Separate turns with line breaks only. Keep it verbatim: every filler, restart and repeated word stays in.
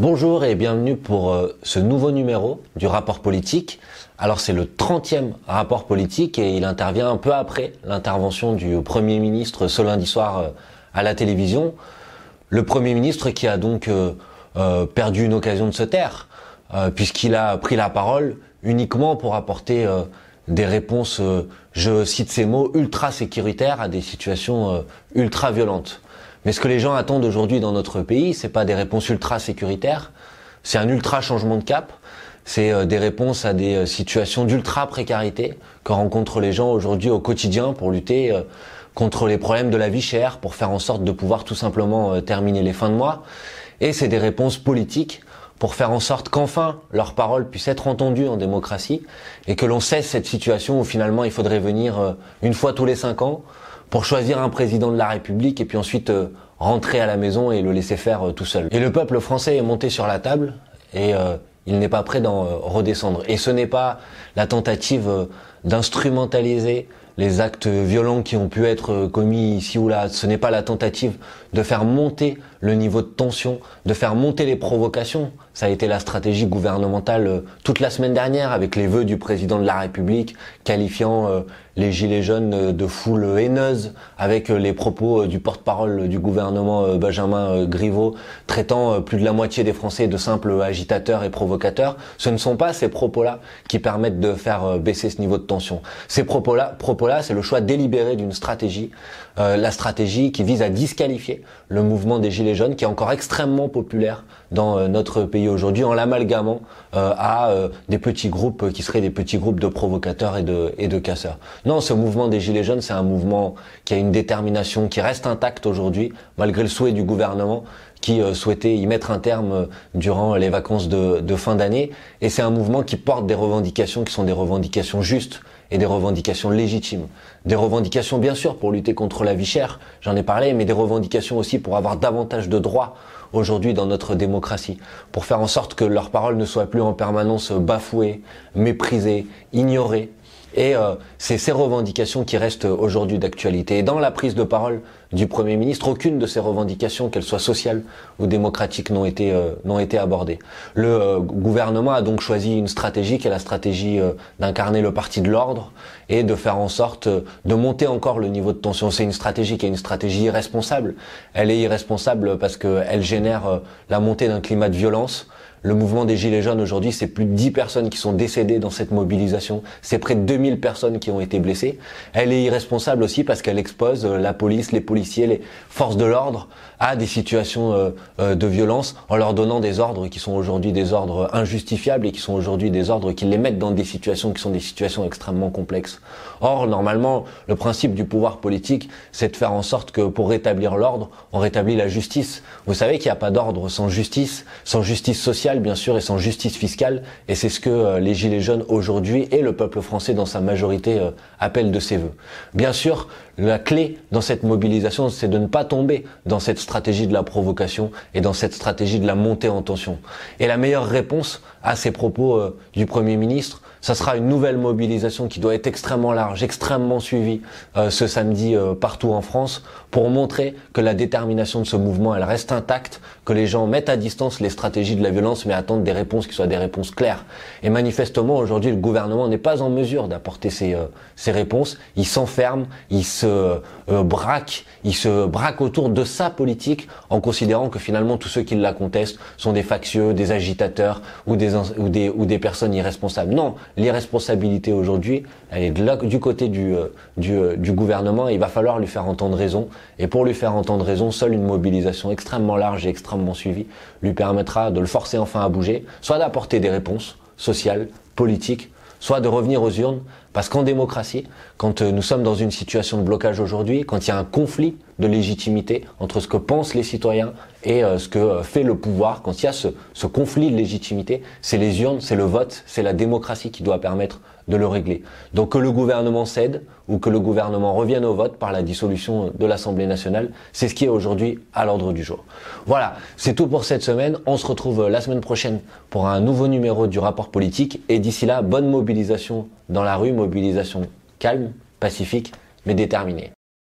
Bonjour et bienvenue pour euh, ce nouveau numéro du rapport politique. Alors c'est le trentième rapport politique et il intervient un peu après l'intervention du Premier ministre ce lundi soir euh, à la télévision. Le Premier ministre qui a donc euh, euh, perdu une occasion de se taire euh, puisqu'il a pris la parole uniquement pour apporter euh, des réponses, euh, je cite ces mots, ultra sécuritaires à des situations euh, ultra violentes. Mais ce que les gens attendent aujourd'hui dans notre pays, c'est pas des réponses ultra sécuritaires, c'est un ultra changement de cap, c'est euh, des réponses à des euh, situations d'ultra précarité que rencontrent les gens aujourd'hui au quotidien pour lutter euh, contre les problèmes de la vie chère, pour faire en sorte de pouvoir tout simplement euh, terminer les fins de mois. Et c'est des réponses politiques pour faire en sorte qu'enfin leurs paroles puissent être entendues en démocratie et que l'on cesse cette situation où finalement il faudrait venir euh, une fois tous les cinq ans pour choisir un président de la République et puis ensuite euh, rentrer à la maison et le laisser faire euh, tout seul. Et le peuple français est monté sur la table et euh, il n'est pas prêt d'en euh, redescendre. Et ce n'est pas la tentative euh, d'instrumentaliser les actes violents qui ont pu être euh, commis ici ou là. Ce n'est pas la tentative de faire monter le niveau de tension, de faire monter les provocations. Ça a été la stratégie gouvernementale euh, toute la semaine dernière avec les vœux du président de la République qualifiant euh, les gilets jaunes euh, de foule haineuse, avec euh, les propos euh, du porte-parole du gouvernement euh, Benjamin euh, Griveaux traitant euh, plus de la moitié des Français de simples agitateurs et provocateurs. Ce ne sont pas ces propos-là qui permettent de faire euh, baisser ce niveau de tension. Ces propos-là, propos-là, c'est le choix délibéré d'une stratégie, euh, la stratégie qui vise à disqualifier le mouvement des gilets jaunes, qui est encore extrêmement populaire dans euh, notre pays aujourd'hui, en l'amalgamant euh, à euh, des petits groupes qui seraient des petits groupes de provocateurs et de, et de casseurs. Non, ce mouvement des gilets jaunes, c'est un mouvement qui a une détermination qui reste intacte aujourd'hui, malgré le souhait du gouvernement qui euh, souhaitait y mettre un terme euh, durant les vacances de, de fin d'année. Et c'est un mouvement qui porte des revendications qui sont des revendications justes et des revendications légitimes. Des revendications bien sûr pour lutter contre la vie chère, j'en ai parlé, mais des revendications aussi pour avoir davantage de droits aujourd'hui dans notre démocratie, pour faire en sorte que leurs paroles ne soient plus en permanence bafouées, méprisées, ignorées. Et euh, c'est ces revendications qui restent aujourd'hui d'actualité. Et dans la prise de parole du Premier ministre, aucune de ces revendications, qu'elles soient sociales ou démocratiques, n'ont été euh, n'ont été abordées. Le euh, gouvernement a donc choisi une stratégie qui est la stratégie euh, d'incarner le parti de l'ordre et de faire en sorte euh, de monter encore le niveau de tension. C'est une stratégie qui est une stratégie irresponsable. Elle est irresponsable parce qu'elle génère euh, la montée d'un climat de violence. Le mouvement des Gilets jaunes aujourd'hui, c'est plus de dix personnes qui sont décédées dans cette mobilisation. C'est près de deux mille personnes qui ont été blessées. Elle est irresponsable aussi parce qu'elle expose la police, les policiers, les forces de l'ordre à des situations euh, euh, de violence en leur donnant des ordres qui sont aujourd'hui des ordres injustifiables et qui sont aujourd'hui des ordres qui les mettent dans des situations qui sont des situations extrêmement complexes. Or, normalement, le principe du pouvoir politique, c'est de faire en sorte que pour rétablir l'ordre, on rétablit la justice. Vous savez qu'il n'y a pas d'ordre sans justice, sans justice sociale, bien sûr, et sans justice fiscale, et c'est ce que euh, les Gilets jaunes aujourd'hui et le peuple français dans sa majorité euh, appellent de ses voeux. Bien sûr, la clé dans cette mobilisation, c'est de ne pas tomber dans cette stratégie de la provocation et dans cette stratégie de la montée en tension. Et la meilleure réponse à ces propos euh, du Premier ministre, ça sera une nouvelle mobilisation qui doit être extrêmement large, extrêmement suivie euh, ce samedi euh, partout en France pour montrer que la détermination de ce mouvement, elle reste intacte, que les gens mettent à distance les stratégies de la violence mais attendent des réponses qui soient des réponses claires. Et manifestement, aujourd'hui, le gouvernement n'est pas en mesure d'apporter ces, euh, ces réponses. Il s'enferme, il se euh, braque, il se braque autour de sa politique en considérant que finalement tous ceux qui la contestent sont des factieux, des agitateurs ou des, ou des, ou des personnes irresponsables. Non, l'irresponsabilité aujourd'hui, elle est de là, du côté du, euh, du, euh, du gouvernement. Il va falloir lui faire entendre raison. Et pour lui faire entendre raison, seule une mobilisation extrêmement large et extrêmement suivie lui permettra de le forcer enfin à bouger, soit d'apporter des réponses sociales, politiques, soit de revenir aux urnes, parce qu'en démocratie, quand nous sommes dans une situation de blocage aujourd'hui, quand il y a un conflit de légitimité entre ce que pensent les citoyens et euh, ce que fait le pouvoir, quand il y a ce, ce conflit de légitimité, c'est les urnes, c'est le vote, c'est la démocratie qui doit permettre de le régler. Donc que le gouvernement cède ou que le gouvernement revienne au vote par la dissolution de l'Assemblée nationale, c'est ce qui est aujourd'hui à l'ordre du jour. Voilà, c'est tout pour cette semaine. On se retrouve la semaine prochaine pour un nouveau numéro du rapport politique. Et d'ici là, bonne mobilisation dans la rue, mobilisation calme, pacifique, mais déterminée.